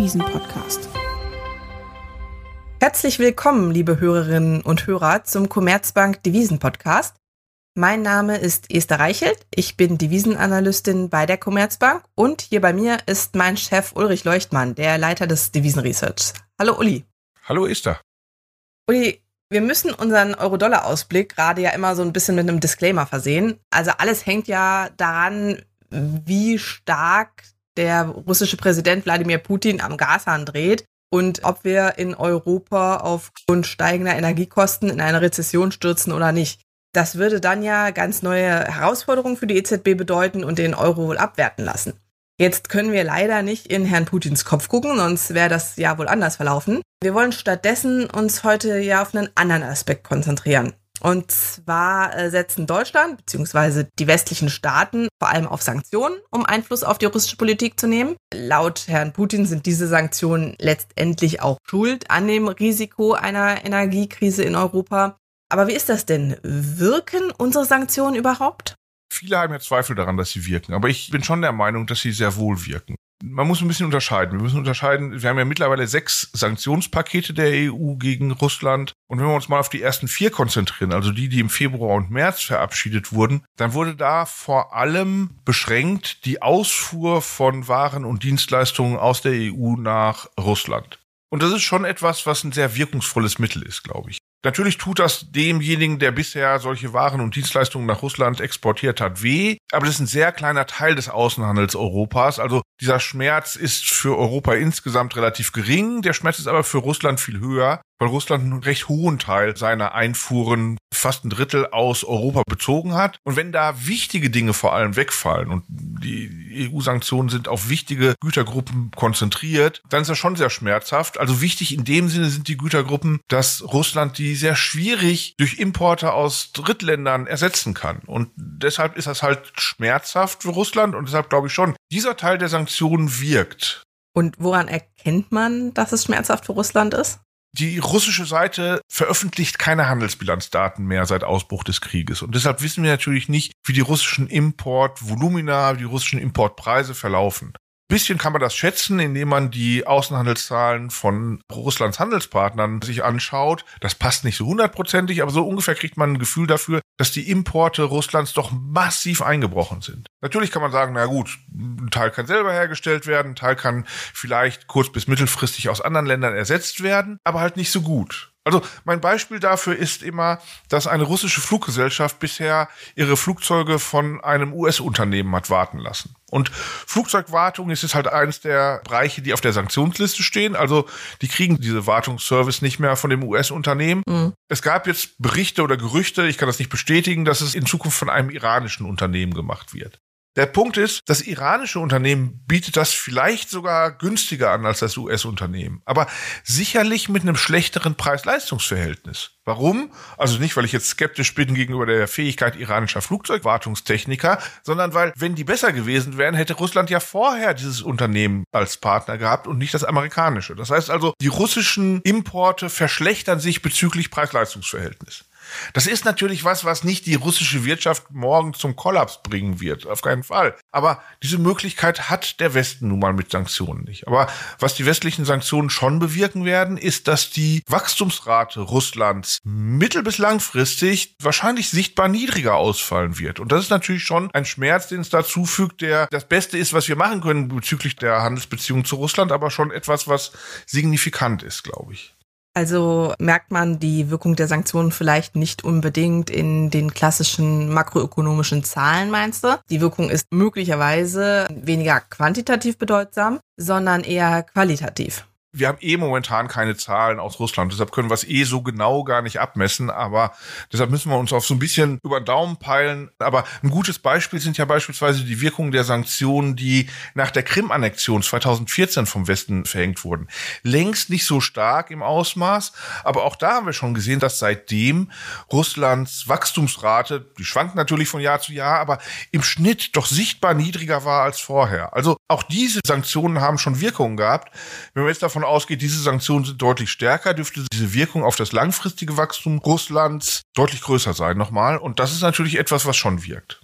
Devisen-Podcast. Herzlich willkommen, liebe Hörerinnen und Hörer, zum Commerzbank Devisen-Podcast. Mein Name ist Esther Reichelt, ich bin Devisenanalystin bei der Commerzbank und hier bei mir ist mein Chef Ulrich Leuchtmann, der Leiter des Devisenresearchs. Hallo Uli. Hallo Esther. Uli, wir müssen unseren Euro-Dollar-Ausblick gerade ja immer so ein bisschen mit einem Disclaimer versehen. Also alles hängt ja daran, wie stark der russische Präsident Wladimir Putin am Gashahn dreht und ob wir in Europa aufgrund steigender Energiekosten in eine Rezession stürzen oder nicht. Das würde dann ja ganz neue Herausforderungen für die EZB bedeuten und den Euro wohl abwerten lassen. Jetzt können wir leider nicht in Herrn Putins Kopf gucken, sonst wäre das ja wohl anders verlaufen. Wir wollen stattdessen uns heute ja auf einen anderen Aspekt konzentrieren. Und zwar setzen Deutschland bzw. die westlichen Staaten vor allem auf Sanktionen, um Einfluss auf die russische Politik zu nehmen. Laut Herrn Putin sind diese Sanktionen letztendlich auch schuld an dem Risiko einer Energiekrise in Europa. Aber wie ist das denn? Wirken unsere Sanktionen überhaupt? Viele haben ja Zweifel daran, dass sie wirken, aber ich bin schon der Meinung, dass sie sehr wohl wirken. Man muss ein bisschen unterscheiden. Wir haben ja mittlerweile 6 Sanktionspakete der EU gegen Russland. Und wenn wir uns mal auf die ersten 4 konzentrieren, also die im Februar und März verabschiedet wurden, dann wurde da vor allem beschränkt die Ausfuhr von Waren und Dienstleistungen aus der EU nach Russland. Und das ist schon etwas, was ein sehr wirkungsvolles Mittel ist, glaube ich. Natürlich tut das demjenigen, der bisher solche Waren und Dienstleistungen nach Russland exportiert hat, weh. Aber das ist ein sehr kleiner Teil des Außenhandels Europas. Also dieser Schmerz ist für Europa insgesamt relativ gering. Der Schmerz ist aber für Russland viel höher, weil Russland einen recht hohen Teil seiner Einfuhren, fast ein Drittel, aus Europa bezogen hat. Und wenn da wichtige Dinge vor allem wegfallen und die EU-Sanktionen sind auf wichtige Gütergruppen konzentriert, dann ist das schon sehr schmerzhaft. Also wichtig in dem Sinne sind die Gütergruppen, dass Russland die sehr schwierig durch Importe aus Drittländern ersetzen kann. Und deshalb ist das halt schmerzhaft für Russland und deshalb glaube ich schon, dieser Teil der Sanktionen wirkt. Und woran erkennt man, dass es schmerzhaft für Russland ist? Die russische Seite veröffentlicht keine Handelsbilanzdaten mehr seit Ausbruch des Krieges. Und deshalb wissen wir natürlich nicht, wie die russischen Importvolumina, die russischen Importpreise verlaufen. Ein bisschen kann man das schätzen, indem man die Außenhandelszahlen von Russlands Handelspartnern sich anschaut. Das passt nicht so 100%, aber so ungefähr kriegt man ein Gefühl dafür, dass die Importe Russlands doch massiv eingebrochen sind. Natürlich kann man sagen, na gut, ein Teil kann selber hergestellt werden, ein Teil kann vielleicht kurz- bis mittelfristig aus anderen Ländern ersetzt werden, aber halt nicht so gut. Also mein Beispiel dafür ist immer, dass eine russische Fluggesellschaft bisher ihre Flugzeuge von einem US-Unternehmen hat warten lassen. Und Flugzeugwartung ist jetzt halt eines der Bereiche, die auf der Sanktionsliste stehen. Also die kriegen diese Wartungsservice nicht mehr von dem US-Unternehmen. Mhm. Es gab jetzt Berichte oder Gerüchte, ich kann das nicht bestätigen, dass es in Zukunft von einem iranischen Unternehmen gemacht wird. Der Punkt ist, das iranische Unternehmen bietet das vielleicht sogar günstiger an als das US-Unternehmen, aber sicherlich mit einem schlechteren Preis-Leistungs-Verhältnis. Warum? Also nicht, weil ich jetzt skeptisch bin gegenüber der Fähigkeit iranischer Flugzeugwartungstechniker, sondern weil, wenn die besser gewesen wären, hätte Russland ja vorher dieses Unternehmen als Partner gehabt und nicht das amerikanische. Das heißt also, die russischen Importe verschlechtern sich bezüglich Preis-Leistungs-Verhältnis. Das ist natürlich was nicht die russische Wirtschaft morgen zum Kollaps bringen wird, auf keinen Fall. Aber diese Möglichkeit hat der Westen nun mal mit Sanktionen nicht. Aber was die westlichen Sanktionen schon bewirken werden, ist, dass die Wachstumsrate Russlands mittel- bis langfristig wahrscheinlich sichtbar niedriger ausfallen wird. Und das ist natürlich schon ein Schmerz, den es dazu fügt, der das Beste ist, was wir machen können bezüglich der Handelsbeziehung zu Russland, aber schon etwas, was signifikant ist, glaube ich. Also merkt man die Wirkung der Sanktionen vielleicht nicht unbedingt in den klassischen makroökonomischen Zahlen, meinst du? Die Wirkung ist möglicherweise weniger quantitativ bedeutsam, sondern eher qualitativ. Wir haben momentan keine Zahlen aus Russland, deshalb können wir es so genau gar nicht abmessen, aber deshalb müssen wir uns auf so ein bisschen über den Daumen peilen. Aber ein gutes Beispiel sind ja beispielsweise die Wirkungen der Sanktionen, die nach der Krim-Annexion 2014 vom Westen verhängt wurden. Längst nicht so stark im Ausmaß, aber auch da haben wir schon gesehen, dass seitdem Russlands Wachstumsrate, die schwankt natürlich von Jahr zu Jahr, aber im Schnitt doch sichtbar niedriger war als vorher. Also auch diese Sanktionen haben schon Wirkungen gehabt. Wenn wir jetzt davon ausgeht, diese Sanktionen sind deutlich stärker, dürfte diese Wirkung auf das langfristige Wachstum Russlands deutlich größer sein nochmal. Und das ist natürlich etwas, was schon wirkt.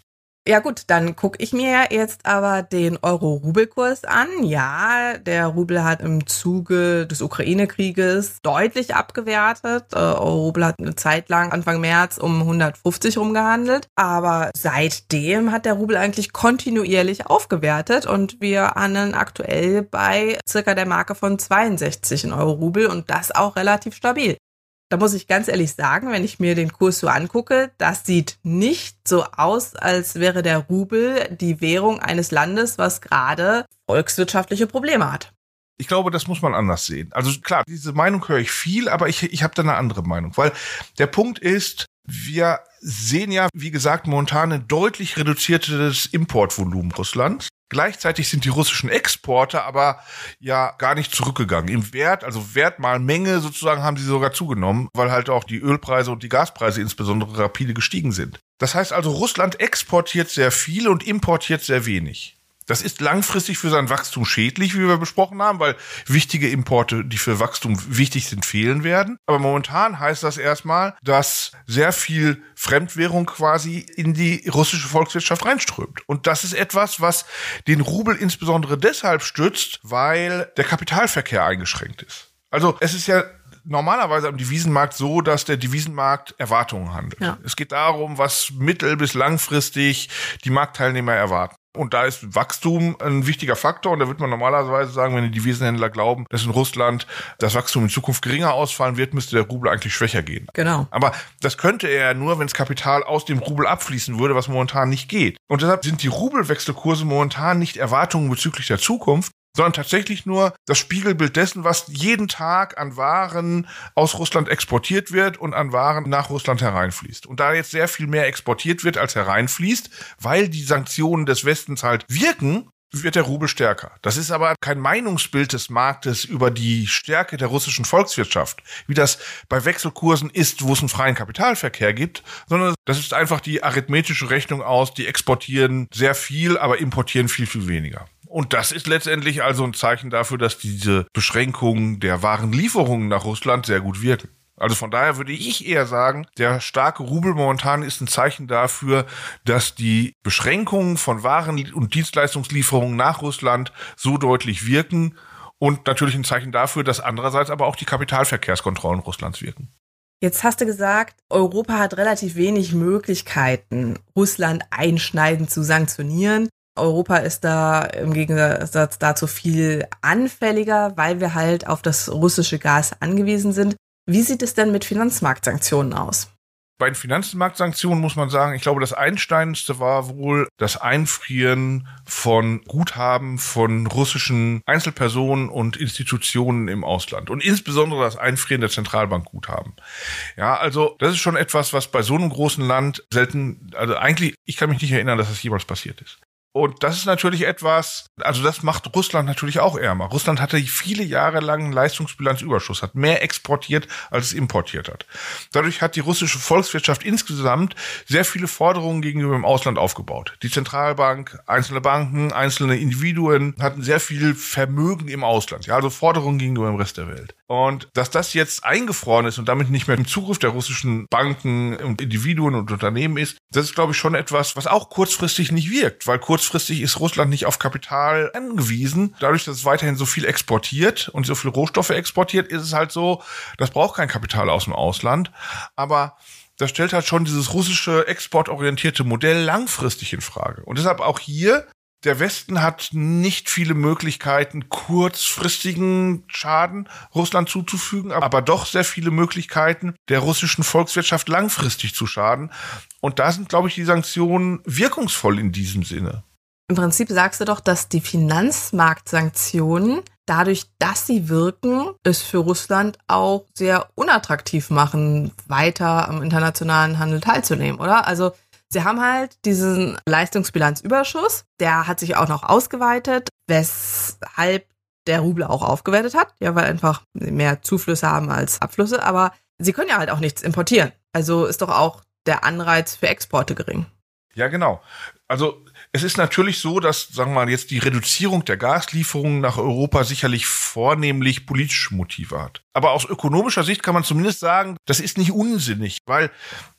Ja gut, dann gucke ich mir jetzt aber den Euro-Rubel-Kurs an. Ja, der Rubel hat im Zuge des Ukraine-Krieges deutlich abgewertet. Euro-Rubel hat eine Zeit lang Anfang März um 150 rumgehandelt. Aber seitdem hat der Rubel eigentlich kontinuierlich aufgewertet und wir handeln aktuell bei circa der Marke von 62 in Euro-Rubel und das auch relativ stabil. Da muss ich ganz ehrlich sagen, wenn ich mir den Kurs so angucke, das sieht nicht so aus, als wäre der Rubel die Währung eines Landes, was gerade volkswirtschaftliche Probleme hat. Ich glaube, das muss man anders sehen. Also klar, diese Meinung höre ich viel, aber ich habe da eine andere Meinung. Weil der Punkt ist, wir sehen ja, wie gesagt, momentan ein deutlich reduziertes Importvolumen Russlands. Gleichzeitig sind die russischen Exporte aber ja gar nicht zurückgegangen. Im Wert, also Wert mal Menge sozusagen, haben sie sogar zugenommen, weil halt auch die Ölpreise und die Gaspreise insbesondere rapide gestiegen sind. Das heißt also, Russland exportiert sehr viel und importiert sehr wenig. Das ist langfristig für sein Wachstum schädlich, wie wir besprochen haben, weil wichtige Importe, die für Wachstum wichtig sind, fehlen werden. Aber momentan heißt das erstmal, dass sehr viel Fremdwährung quasi in die russische Volkswirtschaft reinströmt. Und das ist etwas, was den Rubel insbesondere deshalb stützt, weil der Kapitalverkehr eingeschränkt ist. Also es ist ja normalerweise am Devisenmarkt so, dass der Devisenmarkt Erwartungen handelt. Ja. Es geht darum, was mittel- bis langfristig die Marktteilnehmer erwarten. Und da ist Wachstum ein wichtiger Faktor. Und da wird man normalerweise sagen, wenn die Devisenhändler glauben, dass in Russland das Wachstum in Zukunft geringer ausfallen wird, müsste der Rubel eigentlich schwächer gehen. Genau. Aber das könnte er nur, wenn das Kapital aus dem Rubel abfließen würde, was momentan nicht geht. Und deshalb sind die Rubelwechselkurse momentan nicht Erwartungen bezüglich der Zukunft, sondern tatsächlich nur das Spiegelbild dessen, was jeden Tag an Waren aus Russland exportiert wird und an Waren nach Russland hereinfließt. Und da jetzt sehr viel mehr exportiert wird, als hereinfließt, weil die Sanktionen des Westens halt wirken, wird der Rubel stärker. Das ist aber kein Meinungsbild des Marktes über die Stärke der russischen Volkswirtschaft, wie das bei Wechselkursen ist, wo es einen freien Kapitalverkehr gibt, sondern das ist einfach die arithmetische Rechnung aus, die exportieren sehr viel, aber importieren viel, viel weniger. Und das ist letztendlich also ein Zeichen dafür, dass diese Beschränkungen der Warenlieferungen nach Russland sehr gut wirken. Also von daher würde ich eher sagen, der starke Rubel momentan ist ein Zeichen dafür, dass die Beschränkungen von Waren- und Dienstleistungslieferungen nach Russland so deutlich wirken und natürlich ein Zeichen dafür, dass andererseits aber auch die Kapitalverkehrskontrollen Russlands wirken. Jetzt hast du gesagt, Europa hat relativ wenig Möglichkeiten, Russland einschneidend zu sanktionieren. Europa ist da im Gegensatz dazu viel anfälliger, weil wir halt auf das russische Gas angewiesen sind. Wie sieht es denn mit Finanzmarktsanktionen aus? Bei den Finanzmarktsanktionen muss man sagen, ich glaube, das Einschneidendste war wohl das Einfrieren von Guthaben von russischen Einzelpersonen und Institutionen im Ausland und insbesondere das Einfrieren der Zentralbankguthaben. Ja, also das ist schon etwas, was bei so einem großen Land selten, also eigentlich, ich kann mich nicht erinnern, dass das jemals passiert ist. Und das ist natürlich etwas, also das macht Russland natürlich auch ärmer. Russland hatte viele Jahre lang einen Leistungsbilanzüberschuss, hat mehr exportiert, als es importiert hat. Dadurch hat die russische Volkswirtschaft insgesamt sehr viele Forderungen gegenüber dem Ausland aufgebaut. Die Zentralbank, einzelne Banken, einzelne Individuen hatten sehr viel Vermögen im Ausland, ja, also Forderungen gegenüber dem Rest der Welt. Und dass das jetzt eingefroren ist und damit nicht mehr im Zugriff der russischen Banken und Individuen und Unternehmen ist, das ist, glaube ich, schon etwas, was auch kurzfristig nicht wirkt, weil kurzfristig ist Russland nicht auf Kapital angewiesen. Dadurch, dass es weiterhin so viel exportiert und so viele Rohstoffe exportiert, ist es halt so, das braucht kein Kapital aus dem Ausland. Aber das stellt halt schon dieses russische exportorientierte Modell langfristig in Frage. Und deshalb auch hier, der Westen hat nicht viele Möglichkeiten, kurzfristigen Schaden Russland zuzufügen, aber doch sehr viele Möglichkeiten, der russischen Volkswirtschaft langfristig zu schaden. Und da sind, glaube ich, die Sanktionen wirkungsvoll in diesem Sinne. Im Prinzip sagst du doch, dass die Finanzmarktsanktionen, dadurch, dass sie wirken, es für Russland auch sehr unattraktiv machen, weiter am internationalen Handel teilzunehmen, oder? Also sie haben halt diesen Leistungsbilanzüberschuss, der hat sich auch noch ausgeweitet, weshalb der Rubel auch aufgewertet hat, ja, weil einfach mehr Zuflüsse haben als Abflüsse, aber sie können ja halt auch nichts importieren. Also ist doch auch der Anreiz für Exporte gering. Ja, genau. Also es ist natürlich so, dass, sagen wir mal, jetzt die Reduzierung der Gaslieferungen nach Europa sicherlich vornehmlich politische Motive hat. Aber aus ökonomischer Sicht kann man zumindest sagen, das ist nicht unsinnig, weil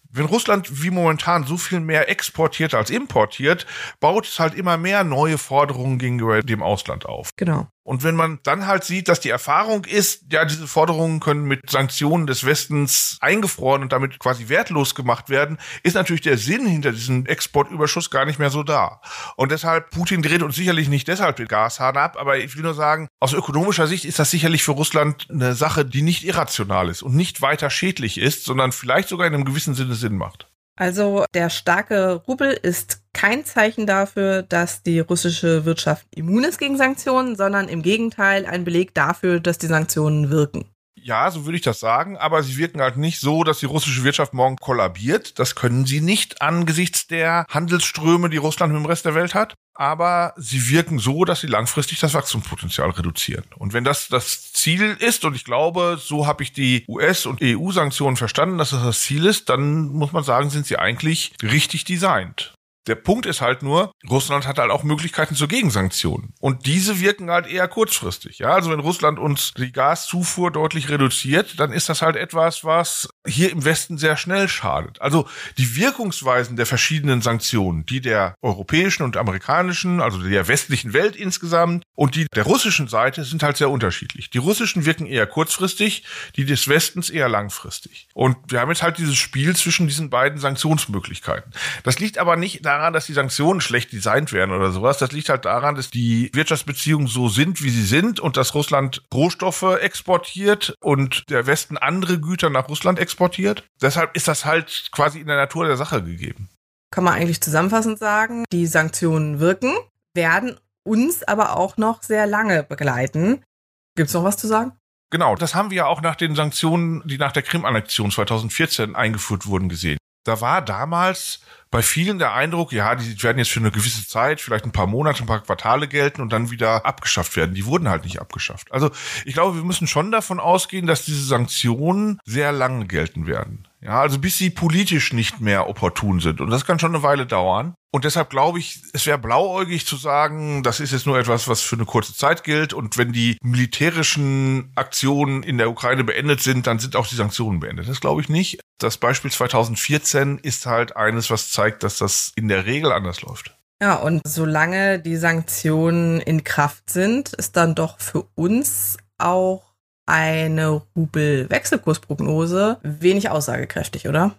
Wenn Russland wie momentan so viel mehr exportiert als importiert, baut es halt immer mehr neue Forderungen gegenüber dem Ausland auf. Genau. Und wenn man dann halt sieht, dass die Erfahrung ist, ja, diese Forderungen können mit Sanktionen des Westens eingefroren und damit quasi wertlos gemacht werden, ist natürlich der Sinn hinter diesem Exportüberschuss gar nicht mehr so da. Und deshalb, Putin dreht uns sicherlich nicht deshalb den Gashahn ab, aber ich will nur sagen, aus ökonomischer Sicht ist das sicherlich für Russland eine Sache, die nicht irrational ist und nicht weiter schädlich ist, sondern vielleicht sogar in einem gewissen Sinne Sinn macht. Also der starke Rubel ist kein Zeichen dafür, dass die russische Wirtschaft immun ist gegen Sanktionen, sondern im Gegenteil ein Beleg dafür, dass die Sanktionen wirken. Ja, so würde ich das sagen, aber sie wirken halt nicht so, dass die russische Wirtschaft morgen kollabiert. Das können sie nicht angesichts der Handelsströme, die Russland mit dem Rest der Welt hat. Aber sie wirken so, dass sie langfristig das Wachstumspotenzial reduzieren. Und wenn das das Ziel ist, und ich glaube, so habe ich die US- und EU-Sanktionen verstanden, dass das Ziel ist, dann muss man sagen, sind sie eigentlich richtig designt. Der Punkt ist halt nur, Russland hat halt auch Möglichkeiten zur Gegensanktionen. Und diese wirken halt eher kurzfristig. Ja, also wenn Russland uns die Gaszufuhr deutlich reduziert, dann ist das halt etwas, was hier im Westen sehr schnell schadet. Also die Wirkungsweisen der verschiedenen Sanktionen, die der europäischen und amerikanischen, also der westlichen Welt insgesamt und die der russischen Seite sind halt sehr unterschiedlich. Die russischen wirken eher kurzfristig, die des Westens eher langfristig. Und wir haben jetzt halt dieses Spiel zwischen diesen beiden Sanktionsmöglichkeiten. Das liegt aber nicht daran, dass die Sanktionen schlecht designt werden oder sowas. Das liegt halt daran, dass die Wirtschaftsbeziehungen so sind, wie sie sind und dass Russland Rohstoffe exportiert und der Westen andere Güter nach Russland exportiert. Deshalb ist das halt quasi in der Natur der Sache gegeben. Kann man eigentlich zusammenfassend sagen, die Sanktionen wirken, werden uns aber auch noch sehr lange begleiten. Gibt's noch was zu sagen? Genau, das haben wir ja auch nach den Sanktionen, die nach der Krim-Annexion 2014 eingeführt wurden, gesehen. Da war damals bei vielen der Eindruck, ja, die werden jetzt für eine gewisse Zeit, vielleicht ein paar Monate, ein paar Quartale gelten und dann wieder abgeschafft werden. Die wurden halt nicht abgeschafft. Also ich glaube, wir müssen schon davon ausgehen, dass diese Sanktionen sehr lange gelten werden. Ja, also bis sie politisch nicht mehr opportun sind. Und das kann schon eine Weile dauern. Und deshalb glaube ich, es wäre blauäugig zu sagen, das ist jetzt nur etwas, was für eine kurze Zeit gilt. Und wenn die militärischen Aktionen in der Ukraine beendet sind, dann sind auch die Sanktionen beendet. Das glaube ich nicht. Das Beispiel 2014 ist halt eines, was zeigt, dass das in der Regel anders läuft. Ja, und solange die Sanktionen in Kraft sind, ist dann doch für uns auch eine Rubel-Wechselkursprognose wenig aussagekräftig, oder?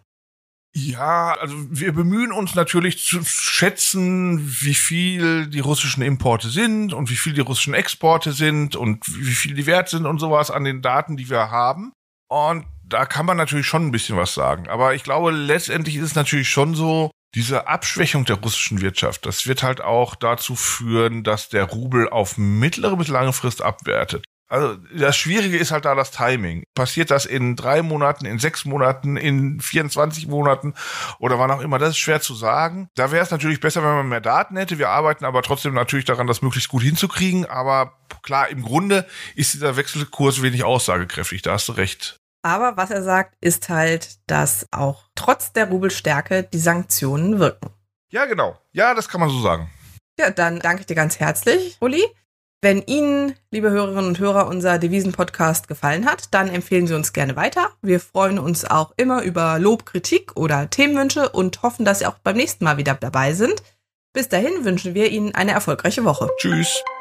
Ja, also wir bemühen uns natürlich zu schätzen, wie viel die russischen Importe sind und wie viel die russischen Exporte sind und wie viel die wert sind und sowas an den Daten, die wir haben. Und da kann man natürlich schon ein bisschen was sagen. Aber ich glaube, letztendlich ist es natürlich schon so, diese Abschwächung der russischen Wirtschaft, das wird halt auch dazu führen, dass der Rubel auf mittlere bis lange Frist abwertet. Also das Schwierige ist halt da das Timing. Passiert das in 3 Monaten, in 6 Monaten, in 24 Monaten oder wann auch immer? Das ist schwer zu sagen. Da wäre es natürlich besser, wenn man mehr Daten hätte. Wir arbeiten aber trotzdem natürlich daran, das möglichst gut hinzukriegen. Aber klar, im Grunde ist dieser Wechselkurs wenig aussagekräftig. Da hast du recht. Aber was er sagt, ist halt, dass auch trotz der Rubelstärke die Sanktionen wirken. Ja, genau. Ja, das kann man so sagen. Ja, dann danke ich dir ganz herzlich, Uli. Wenn Ihnen, liebe Hörerinnen und Hörer, unser Devisen-Podcast gefallen hat, dann empfehlen Sie uns gerne weiter. Wir freuen uns auch immer über Lob, Kritik oder Themenwünsche und hoffen, dass Sie auch beim nächsten Mal wieder dabei sind. Bis dahin wünschen wir Ihnen eine erfolgreiche Woche. Tschüss.